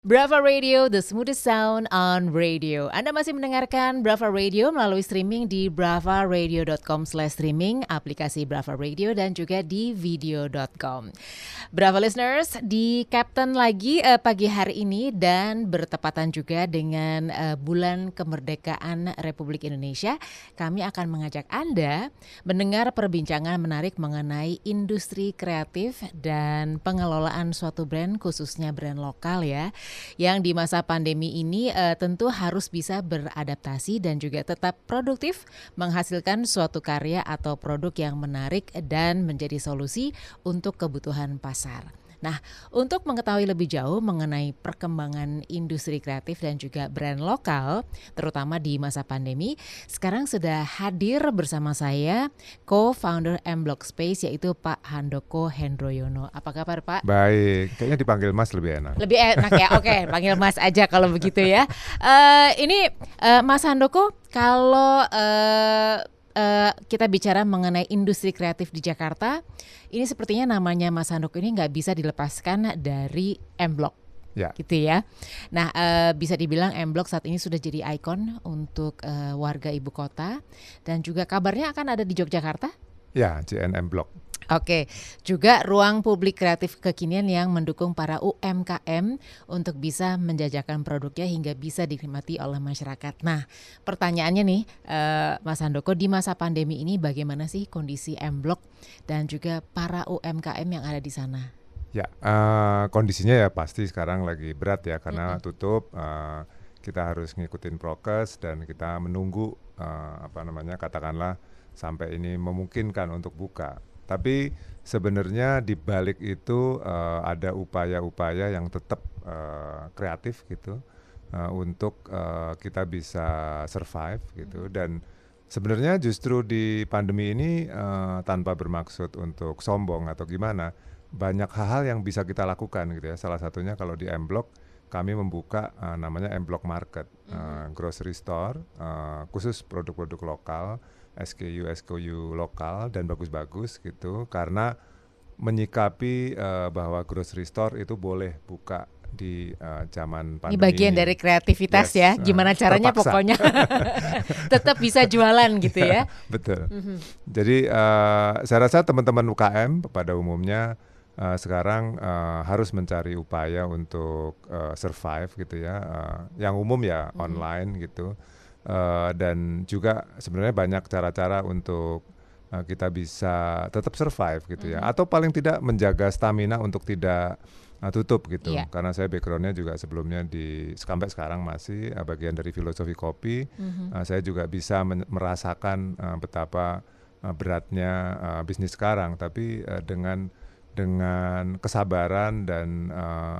Brava Radio, the smoothest sound on radio. Anda masih mendengarkan Brava Radio melalui streaming di bravaradio.com/streaming, aplikasi Brava Radio dan juga di video.com. Brava listeners, di Captain lagi pagi hari ini dan bertepatan juga dengan bulan kemerdekaan Republik Indonesia, kami akan mengajak Anda mendengar perbincangan menarik mengenai industri kreatif dan pengelolaan suatu brand, khususnya brand lokal ya, yang di masa pandemi ini tentu harus bisa beradaptasi dan juga tetap produktif menghasilkan suatu karya atau produk yang menarik dan menjadi solusi untuk kebutuhan pasar. Nah, untuk mengetahui lebih jauh mengenai perkembangan industri kreatif dan juga brand lokal, terutama di masa pandemi, sekarang sudah hadir bersama saya co-founder M-Block Space, yaitu Pak Handoko Hendroyono. Apa kabar, Pak? Baik, kayaknya dipanggil Mas lebih enak. Lebih enak ya, oke, panggil Mas aja kalau begitu ya. Mas Handoko, kalau kita bicara mengenai industri kreatif di Jakarta, ini sepertinya namanya Mas Handoko ini nggak bisa dilepaskan dari M-Block, Ya. gitu ya. Nah, bisa dibilang M-Block saat ini sudah jadi ikon untuk warga ibu kota dan juga kabarnya akan ada di Yogyakarta. Ya, JNM Block. Oke, juga ruang publik kreatif kekinian yang mendukung para UMKM untuk bisa menjajakan produknya hingga bisa dinikmati oleh masyarakat. Nah, pertanyaannya nih, Mas Handoko, di masa pandemi ini bagaimana sih kondisi M-Block dan juga para UMKM yang ada di sana? Ya, kondisinya ya pasti sekarang lagi berat ya karena tutup. Kita harus ngikutin prokes dan kita menunggu katakanlah sampai ini memungkinkan untuk buka. Tapi sebenarnya di balik itu ada upaya-upaya yang tetap kreatif gitu untuk kita bisa survive gitu. Dan sebenarnya justru di pandemi ini tanpa bermaksud untuk sombong atau gimana, banyak hal-hal yang bisa kita lakukan gitu ya. Salah satunya kalau di M-Block kami membuka namanya M-Block Market, grocery store khusus produk-produk lokal, SKU lokal dan bagus-bagus gitu, karena menyikapi bahwa grocery store itu boleh buka di zaman pandemi. Ini bagian dari kreativitas ya, gimana caranya terpaksa. pokoknya tetap bisa jualan gitu ya. Betul. Jadi saya rasa teman-teman UKM pada umumnya sekarang harus mencari upaya untuk survive gitu ya. Yang umum ya online gitu. Dan juga sebenarnya banyak cara-cara untuk kita bisa tetap survive gitu ya, atau paling tidak menjaga stamina untuk tidak tutup gitu. Karena saya backgroundnya juga sebelumnya sampai sekarang masih bagian dari filosofi kopi. Saya juga bisa merasakan betapa beratnya bisnis sekarang, tapi dengan kesabaran dan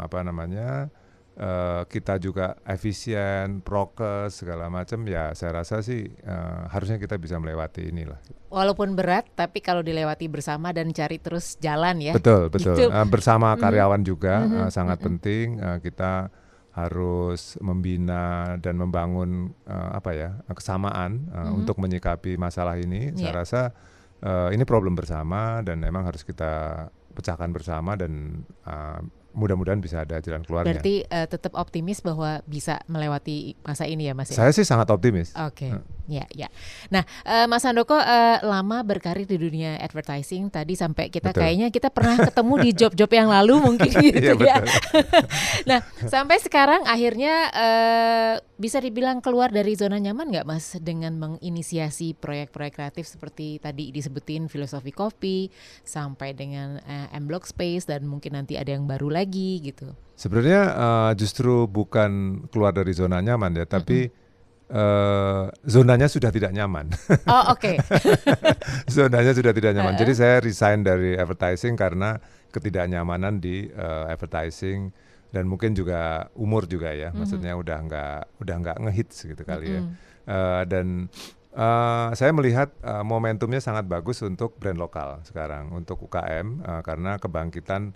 kita juga efisien, prokes segala macam ya, saya rasa sih harusnya kita bisa melewati inilah. Walaupun berat, tapi kalau dilewati bersama dan cari terus jalan ya. Betul. Gitu. Bersama karyawan juga sangat penting. Kita harus membina dan membangun kesamaan untuk menyikapi masalah ini. Saya rasa ini problem bersama dan memang harus kita pecahkan bersama dan mudah-mudahan bisa ada jalan keluarnya. Berarti tetap optimis bahwa bisa melewati masa ini ya, Mas? Saya sih sangat optimis. Oke. Ya. Nah, Mas Handoko lama berkarir di dunia advertising. Tadi sampai kayaknya kita pernah ketemu di job-job yang lalu mungkin gitu ya. Nah, sampai sekarang akhirnya bisa dibilang keluar dari zona nyaman nggak, Mas, dengan menginisiasi proyek-proyek kreatif seperti tadi disebutin filosofi kopi sampai dengan M-Block Space dan mungkin nanti ada yang baru lagi gitu. Sebenarnya justru bukan keluar dari zona nyaman ya, tapi zonanya sudah tidak nyaman. Oh, oke. Zonanya sudah tidak nyaman. Jadi saya resign dari advertising karena ketidaknyamanan di advertising dan mungkin juga umur juga ya. Maksudnya udah nggak ngehits gitu kali ya. Dan saya melihat momentumnya sangat bagus untuk brand lokal sekarang, untuk UKM karena kebangkitan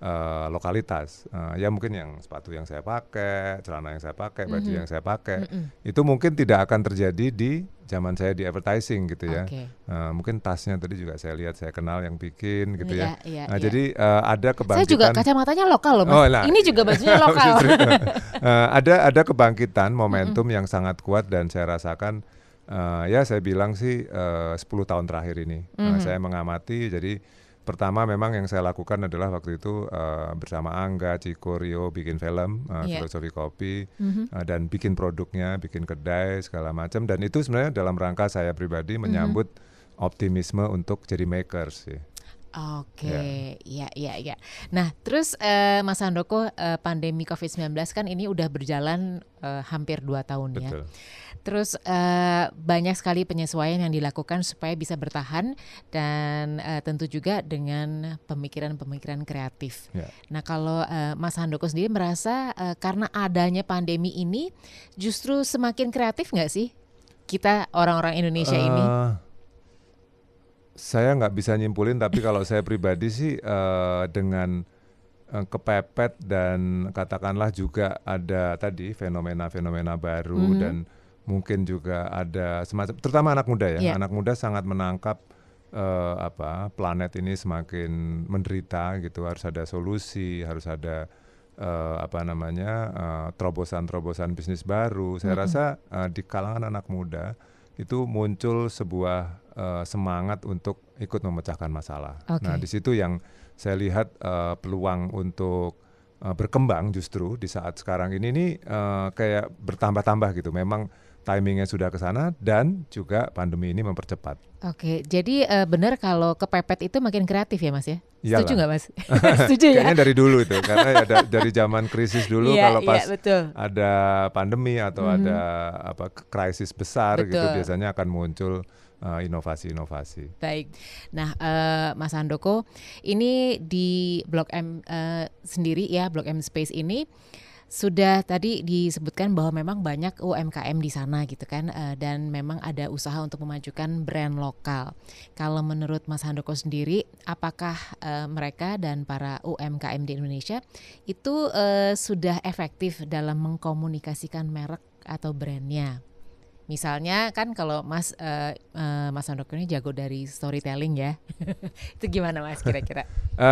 lokalitas. Ya mungkin yang sepatu yang saya pakai, celana yang saya pakai, baju yang saya pakai, itu mungkin tidak akan terjadi di zaman saya di advertising gitu ya. Mungkin tasnya tadi juga saya lihat, saya kenal yang bikin gitu ya. Jadi ada kebangkitan. Saya juga kacamatanya lokal loh Mas. Ini juga bajunya lokal. Ada kebangkitan momentum yang sangat kuat dan saya rasakan ya saya bilang sih 10 tahun terakhir ini. Saya mengamati, jadi pertama memang yang saya lakukan adalah waktu itu bersama Angga, Ciko, Rio bikin film, Filosofi Kopi, dan bikin produknya, bikin kedai segala macam, dan itu sebenarnya dalam rangka saya pribadi menyambut optimisme untuk jadi makers sih. Ya. Nah, terus Mas Handoko, pandemi COVID-19 kan ini udah berjalan hampir 2 tahun. Betul. Ya. Terus banyak sekali penyesuaian yang dilakukan supaya bisa bertahan dan tentu juga dengan pemikiran-pemikiran kreatif. Nah, kalau Mas Handoko sendiri merasa karena adanya pandemi ini justru semakin kreatif nggak sih kita orang-orang Indonesia ini? Saya nggak bisa nyimpulin, tapi kalau saya pribadi sih dengan kepepet dan katakanlah juga ada tadi fenomena-fenomena baru dan mungkin juga ada semacam, terutama anak muda ya, anak muda sangat menangkap planet ini semakin menderita gitu, harus ada solusi, harus ada terobosan-terobosan bisnis baru. Saya rasa di kalangan anak muda itu muncul sebuah semangat untuk ikut memecahkan masalah. Nah, di situ yang saya lihat peluang untuk berkembang justru di saat sekarang ini kayak bertambah-tambah gitu. Memang timingnya sudah ke sana dan juga pandemi ini mempercepat. Jadi benar kalau kepepet itu makin kreatif ya Mas ya? Iyalah. Setuju nggak Mas? Setuju ya? Kayaknya dari dulu itu, karena ya dari zaman krisis dulu kalau pas ada pandemi atau ada krisis besar gitu, biasanya akan muncul inovasi-inovasi. Baik. Nah, Mas Handoko, ini di Blok M sendiri ya, Blok M Space ini sudah tadi disebutkan bahwa memang banyak UMKM di sana gitu kan, dan memang ada usaha untuk memajukan brand lokal. Kalau menurut Mas Handoko sendiri, apakah mereka dan para UMKM di Indonesia itu sudah efektif dalam mengkomunikasikan merek atau brandnya? Misalnya kan kalau Mas Handoko ini jago dari storytelling ya, itu gimana Mas kira-kira?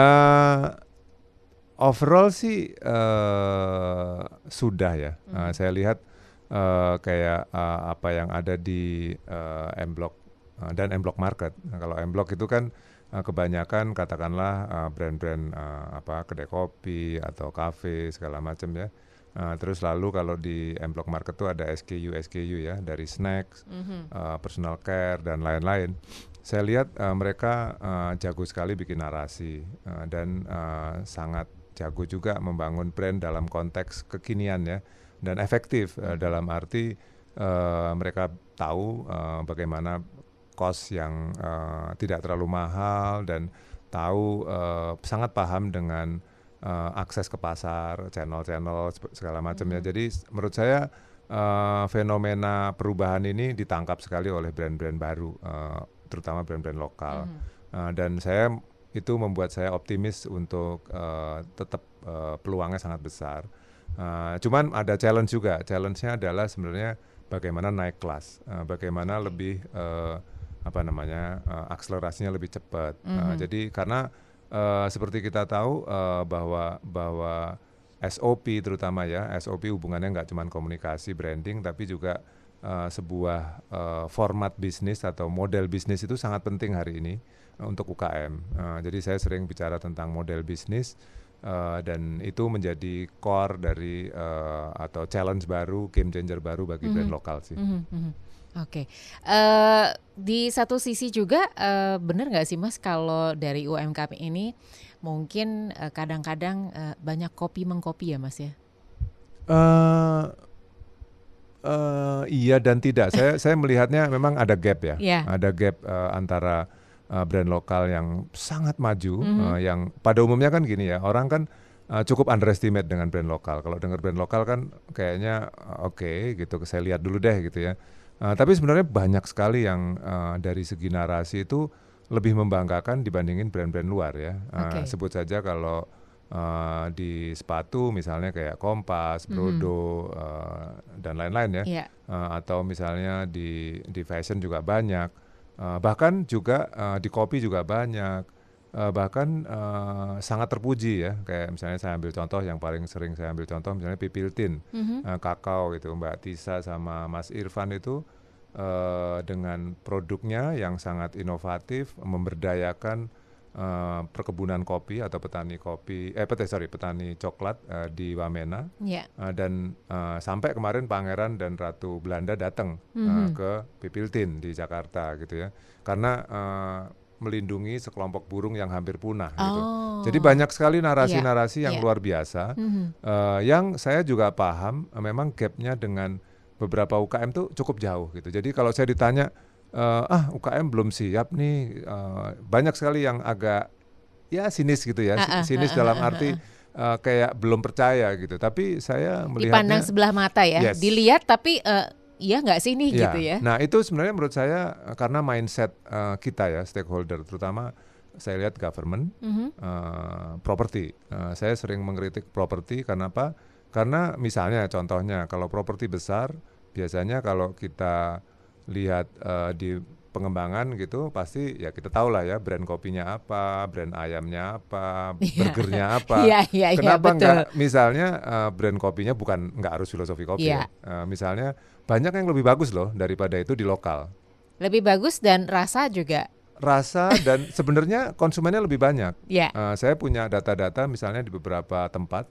Overall sih sudah ya. Saya lihat kayak apa yang ada di M-Block dan M-Block Market. Kalau M-Block itu kan kebanyakan katakanlah brand-brand kedai kopi atau kafe segala macam ya. Terus lalu kalau di M-Block Market itu ada SKU ya, dari snacks, personal care dan lain-lain. Saya lihat mereka jago sekali bikin narasi dan sangat jago juga membangun brand dalam konteks kekinian ya, dan efektif dalam arti mereka tahu bagaimana cost yang tidak terlalu mahal dan tahu sangat paham dengan akses ke pasar, channel-channel segala macam ya. Jadi menurut saya fenomena perubahan ini ditangkap sekali oleh brand-brand baru, terutama brand-brand lokal. Dan itu membuat saya optimis untuk tetap peluangnya sangat besar. Cuman ada challenge juga. Challenge-nya adalah sebenarnya bagaimana naik kelas, bagaimana lebih akselerasinya lebih cepat. Jadi karena seperti kita tahu bahwa SOP terutama ya, SOP hubungannya nggak cuma komunikasi, branding, tapi juga sebuah format bisnis atau model bisnis itu sangat penting hari ini untuk UKM. Jadi saya sering bicara tentang model bisnis dan itu menjadi core dari atau challenge baru, game changer baru bagi brand lokal sih. Di satu sisi juga benar nggak sih Mas kalau dari UMKM ini mungkin kadang-kadang banyak copy mengcopy ya Mas ya? Iya dan tidak. Saya melihatnya memang ada gap ya. Ada gap antara brand lokal yang sangat maju, yang pada umumnya kan gini ya, orang kan cukup underestimate dengan brand lokal. Kalau dengar brand lokal kan kayaknya oke gitu, saya lihat dulu deh gitu ya. Tapi sebenarnya banyak sekali yang dari segi narasi itu lebih membanggakan dibandingin brand-brand luar ya. Sebut saja kalau di sepatu misalnya kayak Kompas, Brodo, dan lain-lain ya. Iya. Atau misalnya di fashion juga banyak. Bahkan juga di kopi juga banyak. Bahkan sangat terpuji ya, kayak misalnya saya ambil contoh yang paling sering saya ambil contoh misalnya Pipil Tin, kakao gitu, Mbak Tisa sama Mas Irfan itu dengan produknya yang sangat inovatif, memberdayakan perkebunan kopi atau petani coklat di Wamena. Dan sampai kemarin Pangeran dan Ratu Belanda datang ke Pipil Tin di Jakarta gitu ya, karena melindungi sekelompok burung yang hampir punah gitu. Jadi banyak sekali narasi-narasi yang luar biasa, yang saya juga paham memang gapnya dengan beberapa UKM tuh cukup jauh gitu. Jadi kalau saya ditanya UKM belum siap nih, banyak sekali yang agak ya sinis gitu ya, sinis dalam arti kayak belum percaya gitu. Tapi saya melihatnya dipandang sebelah mata ya, dilihat tapi iya nggak sih nih gitu ya. Nah itu sebenarnya menurut saya karena mindset kita ya stakeholder, terutama saya lihat government, properti. Saya sering mengkritik properti karena apa? Karena misalnya contohnya kalau properti besar, biasanya kalau kita lihat di pengembangan gitu pasti ya kita tahu lah ya brand kopinya apa, brand ayamnya apa, burgernya apa. Kenapa nggak misalnya brand kopinya bukan nggak harus filosofi kopi ya. Misalnya banyak yang lebih bagus loh daripada itu di lokal. Lebih bagus dan rasa juga. Rasa dan sebenarnya konsumennya lebih banyak. Saya punya data-data misalnya di beberapa tempat.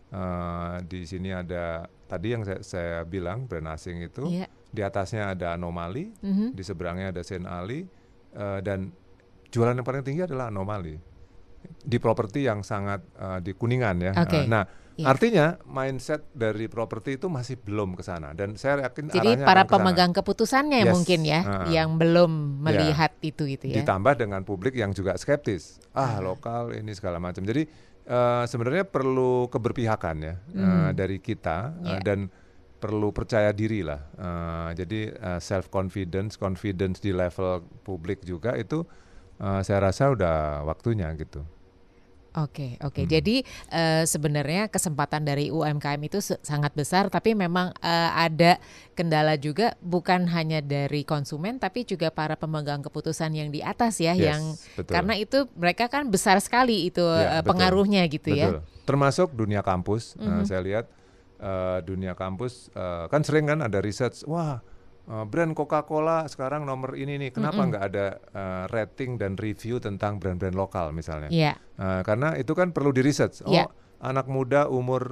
Di sini ada tadi yang saya bilang brand asing itu. Di atasnya ada Anomali, di seberangnya ada Saint Ali, dan jualan yang paling tinggi adalah Anomali di properti yang sangat di Kuningan ya. Artinya mindset dari properti itu masih belum ke sana, dan saya yakin jadi para pemegang keputusannya mungkin ya yang belum melihat itu gitu ya. Ditambah dengan publik yang juga skeptis, lokal ini segala macam. Jadi sebenarnya perlu keberpihakan ya dari kita dan perlu percaya diri lah. Jadi self confidence di level publik juga itu saya rasa udah waktunya gitu. Oke. Jadi sebenarnya kesempatan dari UMKM itu sangat besar, tapi memang ada kendala juga bukan hanya dari konsumen tapi juga para pemegang keputusan yang di atas ya, yang betul. Karena itu mereka kan besar sekali itu pengaruhnya gitu ya. Termasuk dunia kampus, saya lihat dunia kampus kan sering kan ada research, brand Coca-Cola sekarang nomor ini nih, kenapa nggak ada rating dan review tentang brand-brand lokal misalnya? Karena itu kan perlu di research. Anak muda umur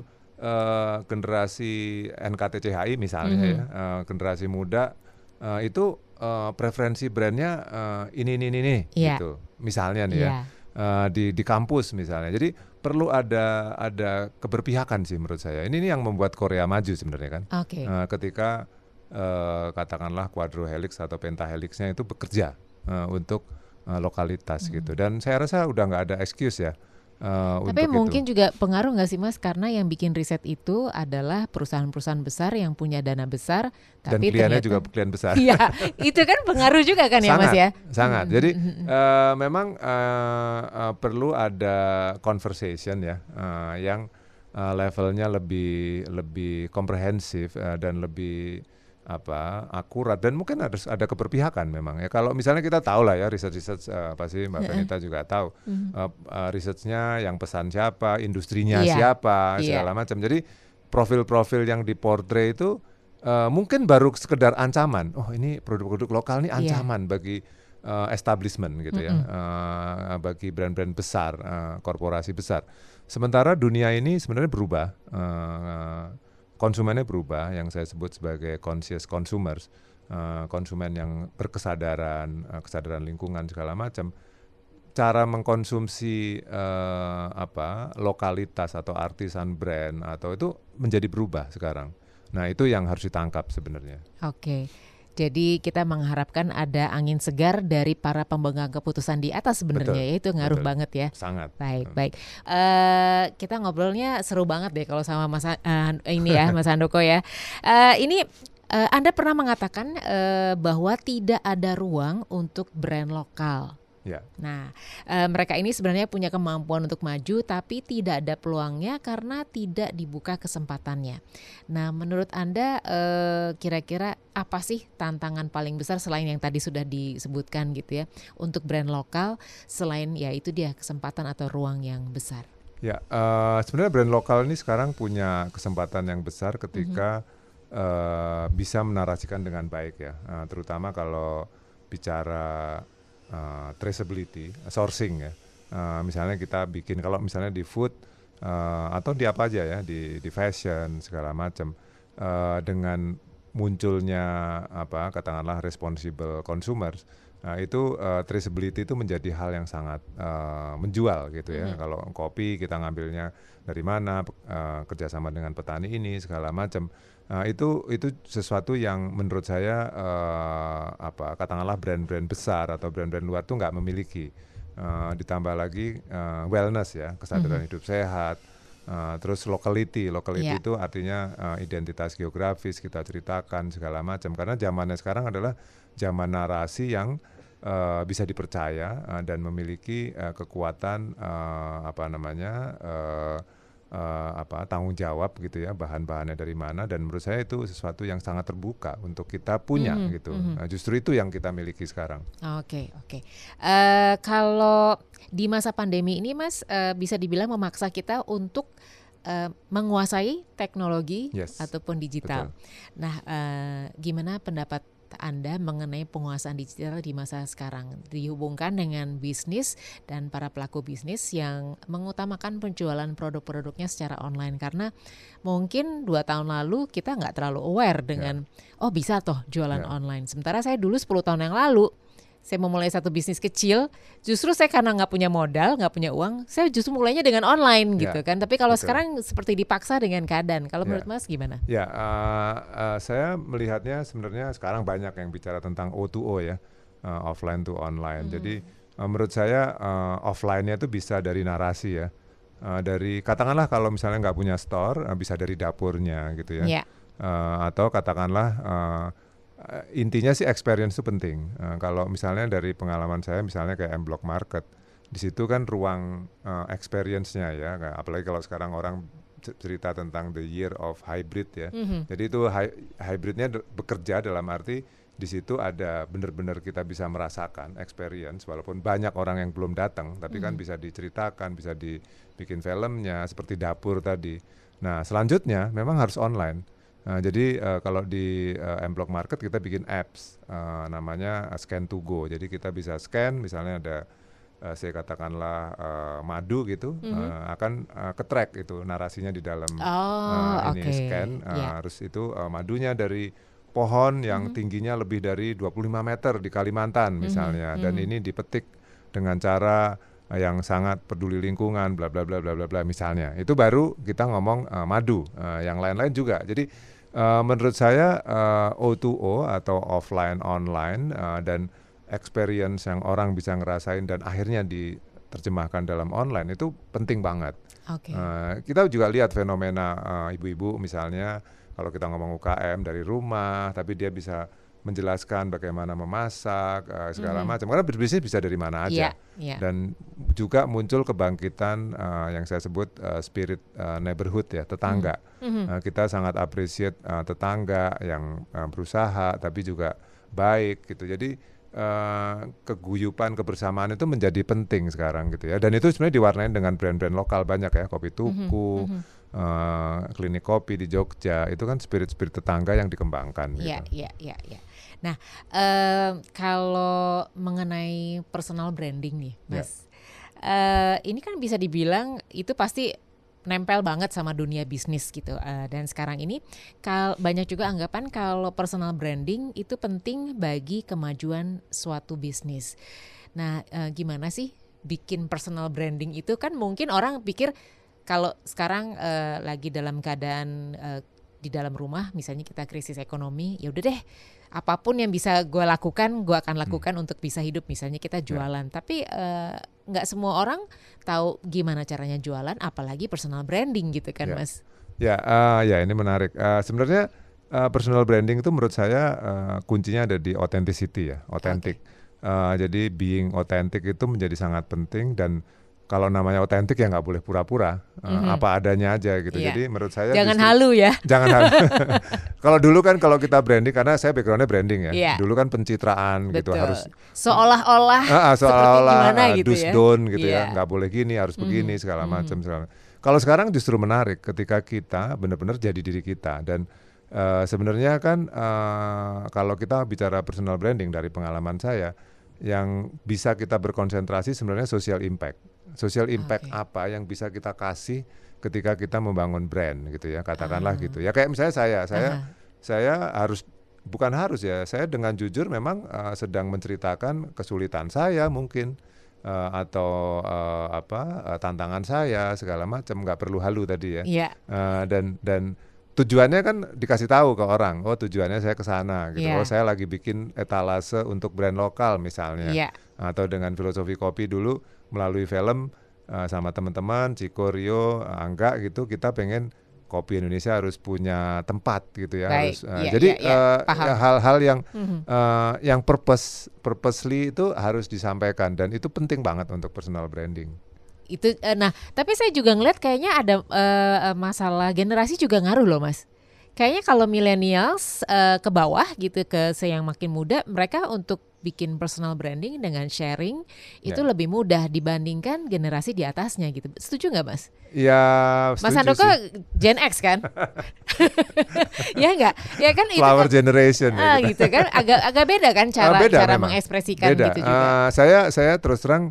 generasi NKTCHI misalnya ya, generasi muda itu preferensi brandnya ini gitu, misalnya nih ya, di kampus misalnya. Jadi perlu ada keberpihakan sih menurut saya. Ini yang membuat Korea maju sebenarnya kan. Ketika katakanlah quadrohelix atau pentahelixnya itu bekerja untuk lokalitas gitu, dan saya rasa udah nggak ada excuse ya. Tapi mungkin juga pengaruh nggak sih Mas, karena yang bikin riset itu adalah perusahaan-perusahaan besar yang punya dana besar, tapi dan kliennya juga klien besar. Iya, itu kan pengaruh juga kan ya Mas ya. Sangat. Jadi memang perlu ada conversation ya yang levelnya lebih komprehensif dan lebih akurat, dan mungkin harus ada keberpihakan memang ya. Kalau misalnya kita tahu lah ya research pasti Mbak Benita juga tahu researchnya yang pesan siapa, industrinya siapa, segala macam. Jadi profil-profil yang diportray itu mungkin baru sekedar ancaman. Ini produk-produk lokal nih ancaman bagi establishment gitu ya, bagi brand-brand besar, korporasi besar. Sementara dunia ini sebenarnya berubah. Konsumennya berubah, yang saya sebut sebagai conscious consumers, konsumen yang berkesadaran, kesadaran lingkungan segala macam. Cara mengkonsumsi lokalitas atau artisan brand atau itu menjadi berubah sekarang. Nah itu yang harus ditangkap sebenarnya. Jadi kita mengharapkan ada angin segar dari para pemegang keputusan di atas sebenarnya, ya itu ngaruh banget ya. Sangat. Baik. Kita ngobrolnya seru banget deh kalau sama Mas Mas Handoko ya. Ini Anda pernah mengatakan bahwa tidak ada ruang untuk brand lokal. Ya. Nah, mereka ini sebenarnya punya kemampuan untuk maju, tapi tidak ada peluangnya karena tidak dibuka kesempatannya. Nah, menurut Anda kira-kira apa sih tantangan paling besar selain yang tadi sudah disebutkan gitu ya, untuk brand lokal selain ya itu dia kesempatan atau ruang yang besar? Ya, sebenarnya brand lokal ini sekarang punya kesempatan yang besar ketika bisa menarasikan dengan baik ya, terutama kalau bicara traceability, sourcing ya. Misalnya kita bikin kalau misalnya di food atau di apa aja ya, di fashion segala macam, dengan munculnya apa katakanlah responsible consumers, itu traceability itu menjadi hal yang sangat menjual gitu ya. Kalau kopi kita ngambilnya dari mana, kerjasama dengan petani ini segala macam. Itu sesuatu yang menurut saya apa katakanlah brand-brand besar atau brand-brand luar tuh nggak memiliki. Ditambah lagi wellness ya, kesadaran hidup sehat. Terus locality Iya. itu artinya identitas geografis kita ceritakan segala macam. Karena zamannya sekarang adalah zaman narasi yang bisa dipercaya dan memiliki kekuatan apa namanya apa tanggung jawab gitu ya, bahan-bahannya dari mana, dan menurut saya itu sesuatu yang sangat terbuka untuk kita punya gitu. Nah, justru itu yang kita miliki sekarang. Oke, oke. Kalau di masa pandemi ini, Mas, bisa dibilang memaksa kita untuk menguasai teknologi Yes, ataupun digital. betul. Nah, gimana pendapat Anda mengenai penguasaan digital di masa sekarang dihubungkan dengan bisnis dan para pelaku bisnis yang mengutamakan penjualan produk-produknya secara online, karena mungkin 2 tahun lalu kita nggak terlalu aware dengan oh bisa toh jualan Ya. online. Sementara saya dulu 10 tahun yang lalu saya memulai satu bisnis kecil, justru saya karena nggak punya modal, nggak punya uang, saya justru mulainya dengan online Ya, gitu kan. Tapi kalau betul. sekarang seperti dipaksa dengan keadaan. Kalau Ya. menurut Mas gimana? Ya, saya melihatnya sebenarnya sekarang banyak yang bicara tentang O2O ya, offline to online. Jadi menurut saya offline-nya itu bisa dari narasi ya, dari katakanlah kalau misalnya nggak punya store, bisa dari dapurnya gitu ya, Ya. atau katakanlah intinya sih experience itu penting. Kalau misalnya dari pengalaman saya, misalnya kayak M-Block Market, di situ kan ruang experience-nya ya, apalagi kalau sekarang orang cerita tentang the year of hybrid ya. Jadi itu hybridnya bekerja dalam arti di situ ada benar-benar kita bisa merasakan experience walaupun banyak orang yang belum datang, tapi kan bisa diceritakan, bisa dibikin filmnya seperti dapur tadi. Nah, selanjutnya memang harus online. Jadi kalau di M-Block Market kita bikin apps namanya Scan to Go. Jadi kita bisa scan misalnya ada saya katakanlah madu gitu, akan ke-track itu narasinya di dalam Oh, ini oke. scan, Ya. harus itu madunya dari pohon yang tingginya lebih dari 25 meter di Kalimantan misalnya, dan ini dipetik dengan cara yang sangat peduli lingkungan, bla bla bla bla bla bla misalnya. Itu baru kita ngomong madu, yang lain-lain juga. Jadi menurut saya O2O atau offline online dan experience yang orang bisa ngerasain dan akhirnya diterjemahkan dalam online itu penting banget. Oke. Kita juga lihat fenomena ibu-ibu misalnya kalau kita ngomong UKM dari rumah, tapi dia bisa menjelaskan bagaimana memasak segala macam. Karena berbisnis bisa dari mana aja. Iya. Dan juga muncul kebangkitan yang saya sebut spirit neighborhood ya, tetangga. Kita sangat appreciate tetangga yang berusaha tapi juga baik gitu. Jadi keguyupan kebersamaan itu menjadi penting sekarang gitu ya, dan itu sebenarnya diwarnai dengan brand-brand lokal banyak ya, Kopi Tuku, klinik kopi di Jogja, itu kan spirit-spirit tetangga yang dikembangkan Iya, gitu. iya. Nah, kalau mengenai personal branding nih, Mas, ini kan bisa dibilang itu pasti nempel banget sama dunia bisnis gitu. Dan sekarang ini banyak juga anggapan kalau personal branding itu penting bagi kemajuan suatu bisnis. Nah, gimana sih bikin personal branding itu? Kan mungkin orang pikir kalau sekarang lagi dalam keadaan di dalam rumah, misalnya kita krisis ekonomi, ya udah deh, apapun yang bisa gue lakukan, gue akan lakukan untuk bisa hidup. Misalnya kita jualan, tapi nggak semua orang tahu gimana caranya jualan, apalagi personal branding gitu kan, Mas? Ya, ini menarik. Sebenarnya personal branding itu menurut saya kuncinya ada di authenticity ya, otentik. Jadi being authentic itu menjadi sangat penting, dan kalau namanya otentik ya nggak boleh pura-pura, apa adanya aja gitu. Iya. Jadi menurut saya Jangan justru halu ya. jangan halu. Kalau dulu kan kalau kita branding, karena saya backgroundnya branding ya. Iya. Dulu kan pencitraan gitu, Betul. harus Seolah-olah seperti seolah-olah gimana gitu do's ya. don't gitu Iya. ya, nggak boleh gini, harus begini segala macam segala. Kalau sekarang justru menarik ketika kita benar-benar jadi diri kita, dan sebenarnya kan kalau kita bicara personal branding dari pengalaman saya, yang bisa kita berkonsentrasi sebenarnya social impact. Social impact apa yang bisa kita kasih ketika kita membangun brand gitu ya, katakanlah gitu. Ya kayak misalnya saya harus, bukan harus ya, saya dengan jujur memang sedang menceritakan kesulitan saya mungkin, atau tantangan saya segala macam, nggak perlu halu tadi ya. Iya. Dan tujuannya kan dikasih tahu ke orang, oh tujuannya saya ke sana gitu. Iya. Oh saya lagi bikin etalase untuk brand lokal misalnya. Iya. Atau dengan filosofi kopi dulu melalui film sama teman-teman Ciko, Rio, Angga gitu, kita pengen kopi Indonesia harus punya tempat gitu ya. Baik. Harus Iya, paham. ya, hal-hal yang purposely itu harus disampaikan, dan itu penting banget untuk personal branding. Itu nah, tapi saya juga ngeliat kayaknya ada masalah generasi juga ngaruh loh, Mas. Kayaknya kalau millennials ke bawah gitu, ke yang makin muda, mereka untuk bikin personal branding dengan sharing itu lebih mudah dibandingkan generasi di atasnya gitu. Setuju nggak, Mas? Ya, Mas setuju Handoko sih. Gen X kan? Ya nggak? Ya kan itu Flower kan, generation ya. gitu kan agak beda kan cara Beda cara memang. mengekspresikan Beda. gitu juga. Saya terus terang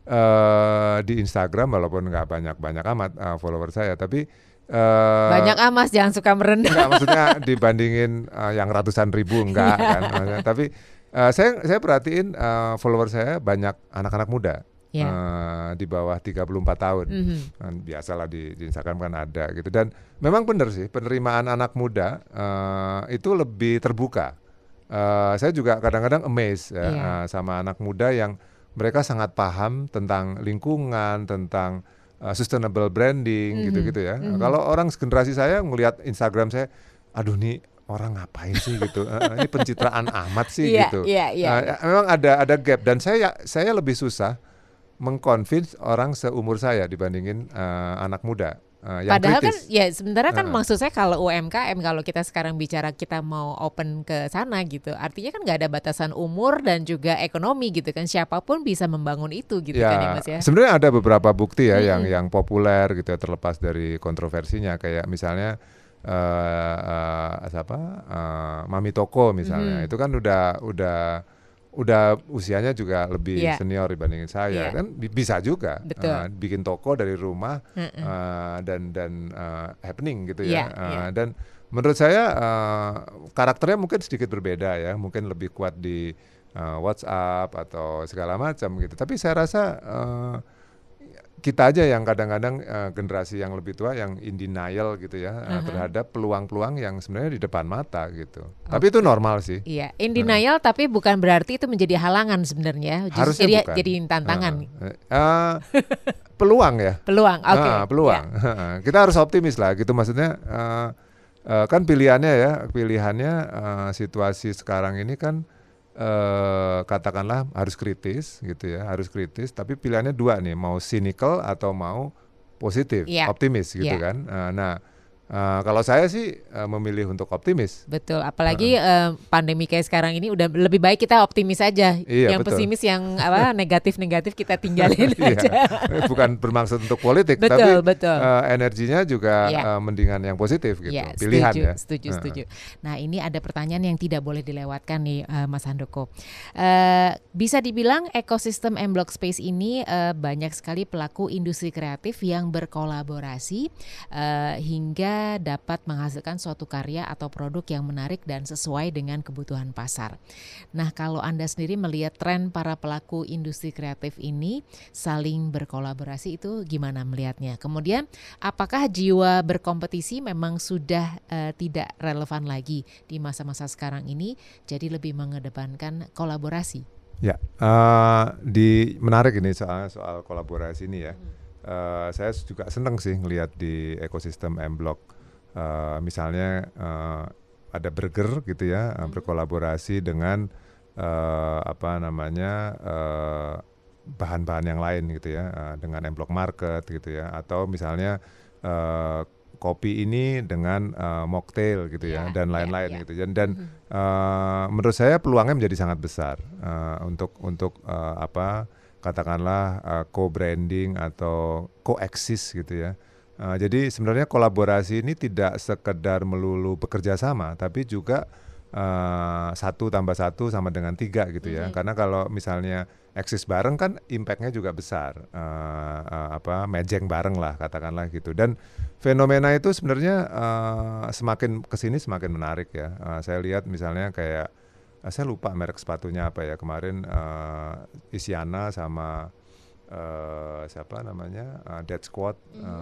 di Instagram, walaupun nggak banyak amat follower saya, tapi Banyak Mas, jangan suka merendah. enggak, maksudnya dibandingin yang ratusan ribu enggak kan. Tapi saya perhatiin follower saya banyak anak-anak muda. Di bawah 34 tahun. Kan biasalah di Instagram kan ada gitu, dan memang benar sih penerimaan anak muda itu lebih terbuka. Saya juga kadang-kadang amazed ya, sama anak muda yang mereka sangat paham tentang lingkungan, tentang sustainable branding gitu-gitu ya. Kalau orang generasi saya ngelihat Instagram saya, aduh nih orang ngapain sih gitu, ini pencitraan amat sih gitu. Memang ada gap, dan saya lebih susah mengconvince orang seumur saya dibandingin anak muda yang Padahal kritis. kan ya sebenarnya kan maksud saya kalau UMKM, kalau kita sekarang bicara kita mau open ke sana gitu, artinya kan nggak ada batasan umur dan juga ekonomi gitu kan, siapapun bisa membangun itu gitu kan ya Mas ya. Sebenarnya ada beberapa bukti ya yang populer gitu ya, terlepas dari kontroversinya, kayak misalnya Mami Toko misalnya, itu kan udah usianya juga lebih senior dibandingin saya, kan bisa juga bikin toko dari rumah dan happening gitu ya. Dan menurut saya karakternya mungkin sedikit berbeda ya, mungkin lebih kuat di WhatsApp atau segala macam gitu. Tapi saya rasa kita aja yang kadang-kadang generasi yang lebih tua yang in denial gitu ya, terhadap peluang-peluang yang sebenarnya di depan mata gitu. Tapi itu normal sih. Iya, in denial tapi bukan berarti itu menjadi halangan sebenarnya. Harusnya bukan. Jadi tantangan. Peluang ya. Peluang, oke. Peluang. Kita harus optimis lah gitu, maksudnya kan pilihannya situasi sekarang ini kan katakanlah harus kritis gitu ya, harus kritis, tapi pilihannya dua nih, mau cynical atau mau positif, optimis gitu kan. Kalau saya sih memilih untuk optimis. Betul, apalagi pandemi kayak sekarang ini udah lebih baik kita optimis aja. Yang betul. pesimis, yang negatif-negatif kita tinggalin aja. Bukan bermaksud untuk politik, betul. Energinya juga mendingan yang positif gitu. Pilihan Setuju. Nah, ini ada pertanyaan yang tidak boleh dilewatkan nih Mas Handoko. Bisa dibilang ekosistem M-Block Space ini banyak sekali pelaku industri kreatif yang berkolaborasi hingga dapat menghasilkan suatu karya atau produk yang menarik dan sesuai dengan kebutuhan pasar. Nah, kalau Anda sendiri melihat tren para pelaku industri kreatif ini saling berkolaborasi, itu gimana melihatnya? Kemudian, apakah jiwa berkompetisi memang sudah tidak relevan lagi di masa-masa sekarang ini, jadi lebih mengedepankan kolaborasi? Ya, menarik ini soal kolaborasi ini ya. Saya juga senang sih ngelihat di ekosistem M-Block, misalnya ada burger gitu ya, berkolaborasi dengan apa namanya bahan-bahan yang lain gitu ya, dengan M Block Market gitu ya, atau misalnya kopi ini dengan mocktail gitu ya, dan lain-lain gitu. Dan menurut saya peluangnya menjadi sangat besar untuk apa katakanlah co-branding atau co-exist gitu ya. Jadi sebenarnya kolaborasi ini tidak sekedar melulu bekerja sama, tapi juga 1+1 sama dengan 3 gitu ya. Karena kalau misalnya eksis bareng kan impactnya juga besar, apa mejeng bareng lah katakanlah gitu. Dan fenomena itu sebenarnya semakin kesini semakin menarik ya. Saya lihat misalnya kayak saya lupa merek sepatunya apa ya kemarin, Isyana sama siapa namanya Dead Squad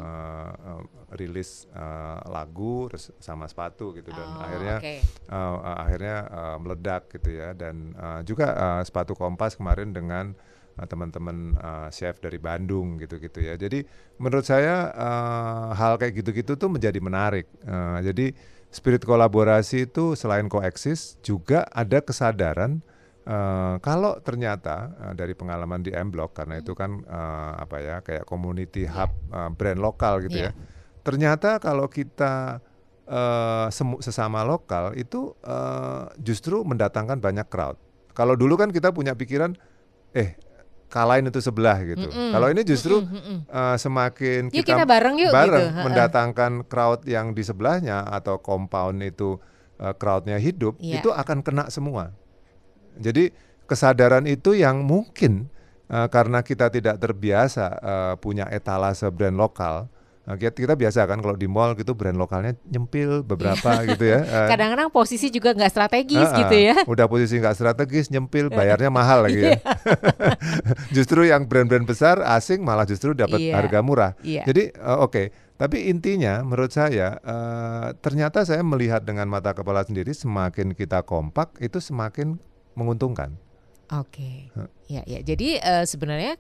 rilis lagu terus sama sepatu gitu, dan akhirnya meledak gitu ya. Dan juga sepatu Kompas kemarin dengan teman-teman chef dari Bandung gitu ya. Jadi menurut saya hal kayak gitu-gitu tuh menjadi menarik. Jadi spirit kolaborasi itu selain koeksis juga ada kesadaran kalau ternyata dari pengalaman di M Block, karena itu kan apa ya kayak community hub brand lokal gitu ya. Ternyata kalau kita sesama lokal itu justru mendatangkan banyak crowd. Kalau dulu kan kita punya pikiran kalahin itu sebelah gitu. Kalau ini justru semakin kita bareng gitu, mendatangkan crowd yang di sebelahnya atau compound itu crowdnya hidup, itu akan kena semua. Jadi kesadaran itu yang mungkin karena kita tidak terbiasa punya etalase brand lokal. Kita biasa kan kalau di mall gitu brand lokalnya nyempil beberapa gitu ya. Kadang-kadang posisi juga nggak strategis gitu ya. Udah posisi nggak strategis, nyempil, bayarnya mahal lagi ya. Justru yang brand-brand besar asing malah justru dapat harga murah. Jadi oke. Tapi intinya menurut saya ternyata saya melihat dengan mata kepala sendiri, semakin kita kompak itu semakin menguntungkan. Oke. Ya. Jadi sebenarnya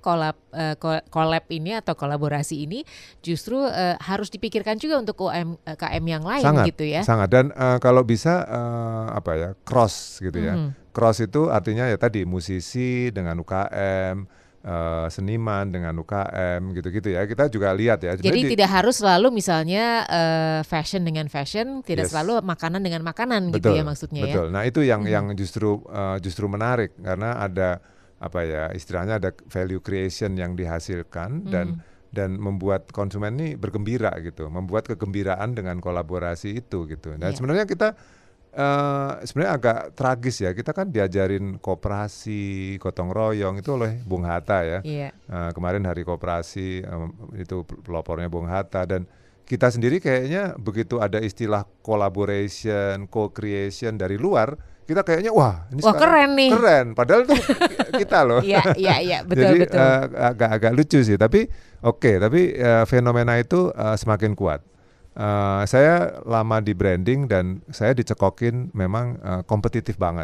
collab ini atau kolaborasi ini justru harus dipikirkan juga untuk UMKM yang lain gitu ya. Sangat. Dan kalau bisa apa ya cross gitu ya. Cross itu artinya ya tadi musisi dengan UKM, seniman dengan UKM gitu-gitu ya. Kita juga lihat ya. Jadi tidak harus selalu misalnya fashion dengan fashion, tidak selalu makanan dengan makanan. Betul, gitu ya maksudnya. Betul. Nah itu yang justru menarik, karena ada apa ya istilahnya ada value creation yang dihasilkan dan membuat konsumen ini bergembira gitu, membuat kegembiraan dengan kolaborasi itu gitu. Dan sebenarnya kita sebenarnya agak tragis ya, kita kan diajarin koperasi, gotong royong itu oleh Bung Hatta ya. Kemarin hari koperasi itu pelopornya Bung Hatta, dan kita sendiri kayaknya begitu ada istilah collaboration, co-creation dari luar, kita kayaknya wah ini keren nih. Keren, padahal itu kita loh. Iya, betul. Jadi betul. Agak lucu sih, tapi fenomena itu semakin kuat. Saya lama di branding dan saya dicekokin memang kompetitif banget,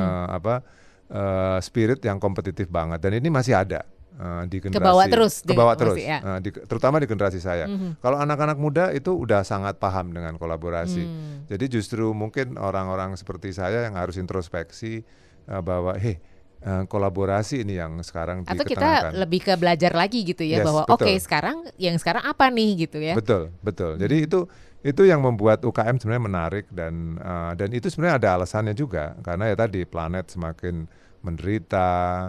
spirit yang kompetitif banget, dan ini masih ada di generasi kebawa terus terutama di generasi saya. Kalau anak-anak muda itu udah sangat paham dengan kolaborasi. Jadi justru mungkin orang-orang seperti saya yang harus introspeksi bahwa kolaborasi ini yang sekarang atau diketengakan. Kita lebih ke belajar lagi gitu ya, bahwa sekarang apa nih gitu ya. Betul. Jadi itu yang membuat UKM sebenarnya menarik, dan itu sebenarnya ada alasannya juga, karena ya tadi planet semakin menderita,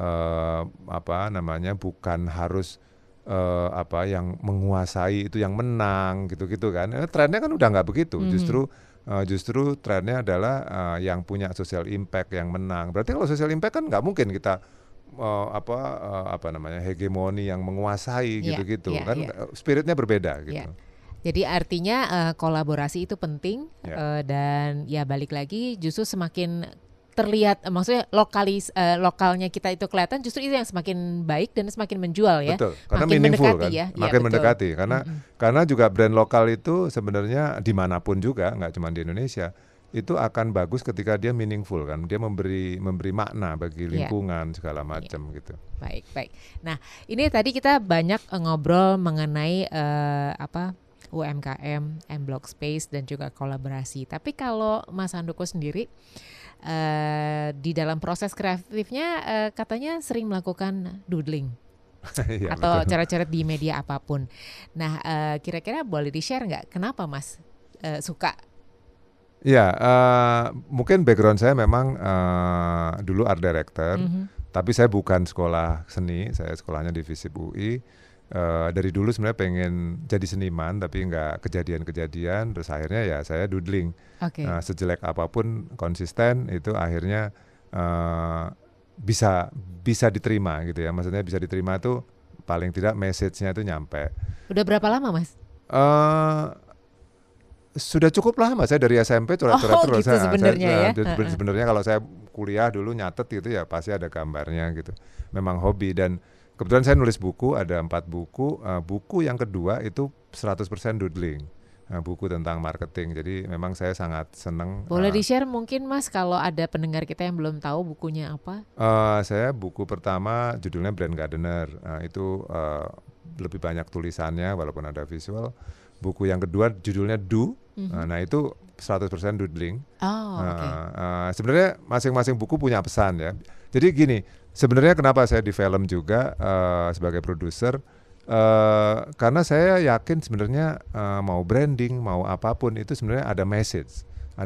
bukan harus yang menguasai itu yang menang gitu kan. Trennya kan udah nggak begitu. Justru trennya adalah yang punya social impact yang menang. Berarti kalau social impact kan nggak mungkin kita hegemoni yang menguasai gitu-gitu kan. Spiritnya berbeda gitu. Jadi artinya kolaborasi itu penting, dan ya balik lagi justru semakin terlihat, maksudnya lokalnya kita itu kelihatan, justru itu yang semakin baik dan semakin menjual ya. Betul, karena makin meaningful mendekati kan, makin mendekati karena juga brand lokal itu sebenarnya dimanapun juga, nggak cuma di Indonesia, itu akan bagus ketika dia meaningful kan, dia memberi makna bagi lingkungan segala macam gitu. Baik. Nah ini tadi kita banyak ngobrol mengenai UMKM, M Block Space dan juga kolaborasi. Tapi kalau Mas Handoko sendiri di dalam proses kreatifnya katanya sering melakukan doodling Iya, atau betul. coret-coret di media apapun. Nah, kira-kira boleh di-share nggak kenapa Mas suka? Iya, mungkin background saya memang dulu art director, Mhm. tapi saya bukan sekolah seni, saya sekolahnya di FISIP UI. Dari dulu sebenarnya pengen jadi seniman, tapi nggak kejadian-kejadian. Terus akhirnya ya saya doodling. Oke. Sejelek apapun konsisten itu akhirnya eh, bisa bisa diterima gitu ya. Maksudnya bisa diterima tuh paling tidak message-nya itu nyampe. Udah berapa lama Mas? eh Sudah cukup lama, saya dari SMP coret-coret Oh terus. gitu sebenarnya ya. Heeh. Sebenarnya kalau saya kuliah dulu nyatet gitu ya pasti ada gambarnya gitu. Memang hobi, dan kebetulan saya nulis buku, ada 4 buku. Buku yang kedua itu 100% doodling. Buku tentang marketing. Jadi memang saya sangat senang. Boleh di-share mungkin Mas kalau ada pendengar kita yang belum tahu bukunya apa? Saya buku pertama judulnya Brand Gardener. Itu lebih banyak tulisannya walaupun ada visual. Buku yang kedua judulnya Do. Nah itu 100% doodling. Oh, oke. Sebenarnya masing-masing buku punya pesan ya. Jadi gini, sebenarnya kenapa saya di film juga sebagai produser, karena saya yakin sebenarnya mau branding, mau apapun itu sebenarnya ada message,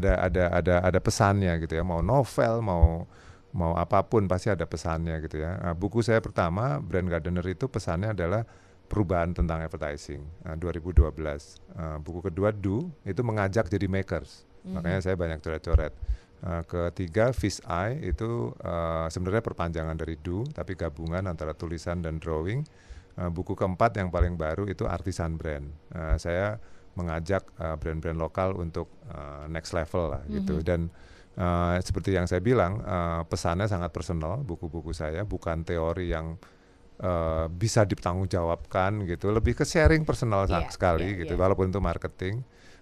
ada pesannya gitu ya. Mau novel, mau apapun pasti ada pesannya gitu ya. Buku saya pertama Brand Gardener itu pesannya adalah perubahan tentang advertising, 2012. Buku kedua Do itu mengajak jadi makers, makanya saya banyak coret-coret. Ketiga Fish Eye itu sebenarnya perpanjangan dari Do tapi gabungan antara tulisan dan drawing. Buku keempat yang paling baru itu Artisan Brand. Saya mengajak brand-brand lokal untuk next level lah gitu. Dan seperti yang saya bilang, pesannya sangat personal. Buku-buku saya bukan teori yang bisa ditanggungjawabkan gitu, lebih ke sharing personal sekali gitu, walaupun itu marketing.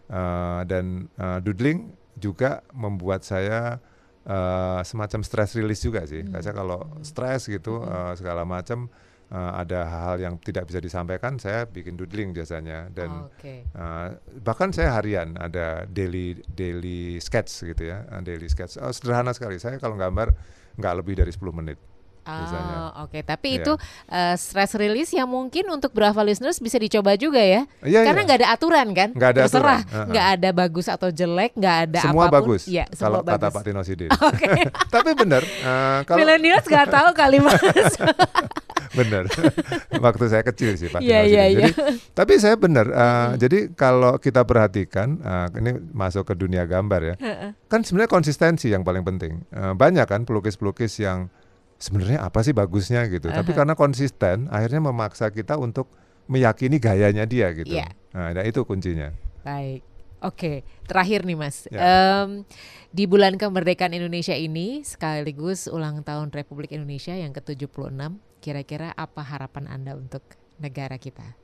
Dan doodling juga membuat saya semacam stress release juga sih. Saya kalau stres gitu segala macam, ada hal-hal yang tidak bisa disampaikan, saya bikin doodling biasanya. Dan bahkan saya harian ada daily sketch gitu ya, daily sketch. Sederhana sekali, saya kalau gambar nggak lebih dari 10 menit. Oke. Tapi itu stress release yang mungkin untuk Brava listeners bisa dicoba juga ya. Karena nggak ada aturan kan. Nggak ada terserah, aturan. Nggak ada bagus atau jelek, nggak ada semua apapun. Bagus. Ya, kalau semua kata bagus. Pak Tino Sidin. Tapi benar. Millennials nggak tahu kali Mas. Benar. Waktu saya kecil sih Pak Tino Sidin. Jadi, tapi saya benar. Jadi kalau kita perhatikan, ini masuk ke dunia gambar ya. Kan sebenarnya konsistensi yang paling penting. Banyak kan pelukis-pelukis yang sebenarnya apa sih bagusnya gitu. Tapi karena konsisten, akhirnya memaksa kita untuk meyakini gayanya dia gitu. Nah itu kuncinya. Baik. Oke, terakhir nih Mas. Di bulan kemerdekaan Indonesia ini sekaligus ulang tahun Republik Indonesia yang ke-76, kira-kira apa harapan Anda untuk negara kita?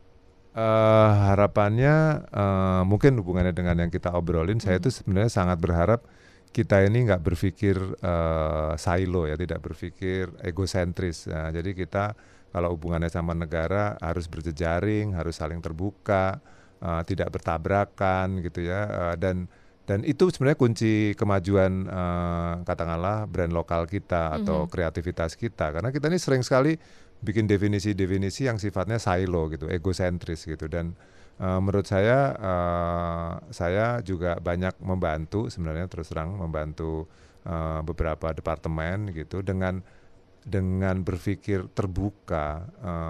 Harapannya mungkin hubungannya dengan yang kita obrolin, saya itu sebenarnya sangat berharap kita ini nggak berpikir silo ya, tidak berpikir egosentris. Jadi kita kalau hubungannya sama negara harus berjejaring, harus saling terbuka, tidak bertabrakan gitu ya. Dan itu sebenarnya kunci kemajuan katakanlah brand lokal kita atau kreativitas kita. Karena kita ini sering sekali bikin definisi-definisi yang sifatnya silo gitu, egosentris gitu. Dan menurut saya juga banyak membantu sebenarnya, terus terang membantu beberapa departemen gitu dengan berpikir terbuka,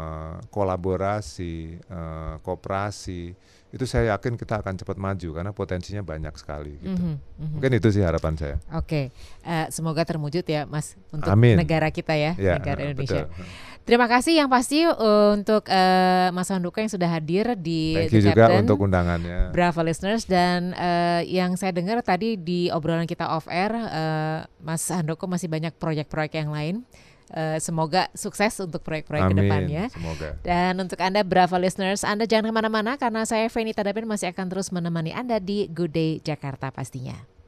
kolaborasi, kooperasi. Itu saya yakin kita akan cepat maju karena potensinya banyak sekali gitu. Mungkin itu sih harapan saya. Oke, semoga terwujud ya Mas untuk negara kita ya, negara Indonesia. Betul. Terima kasih yang pasti untuk Mas Handoko yang sudah hadir di Thank you juga untuk undangannya. Brava listeners, dan yang saya dengar tadi di obrolan kita off air, Mas Handoko masih banyak proyek-proyek yang lain. Semoga sukses untuk proyek-proyek kedepannya. Semoga. Dan untuk Anda Brava listeners, Anda jangan kemana-mana karena saya Feni Tadapin masih akan terus menemani Anda di Good Day Jakarta pastinya.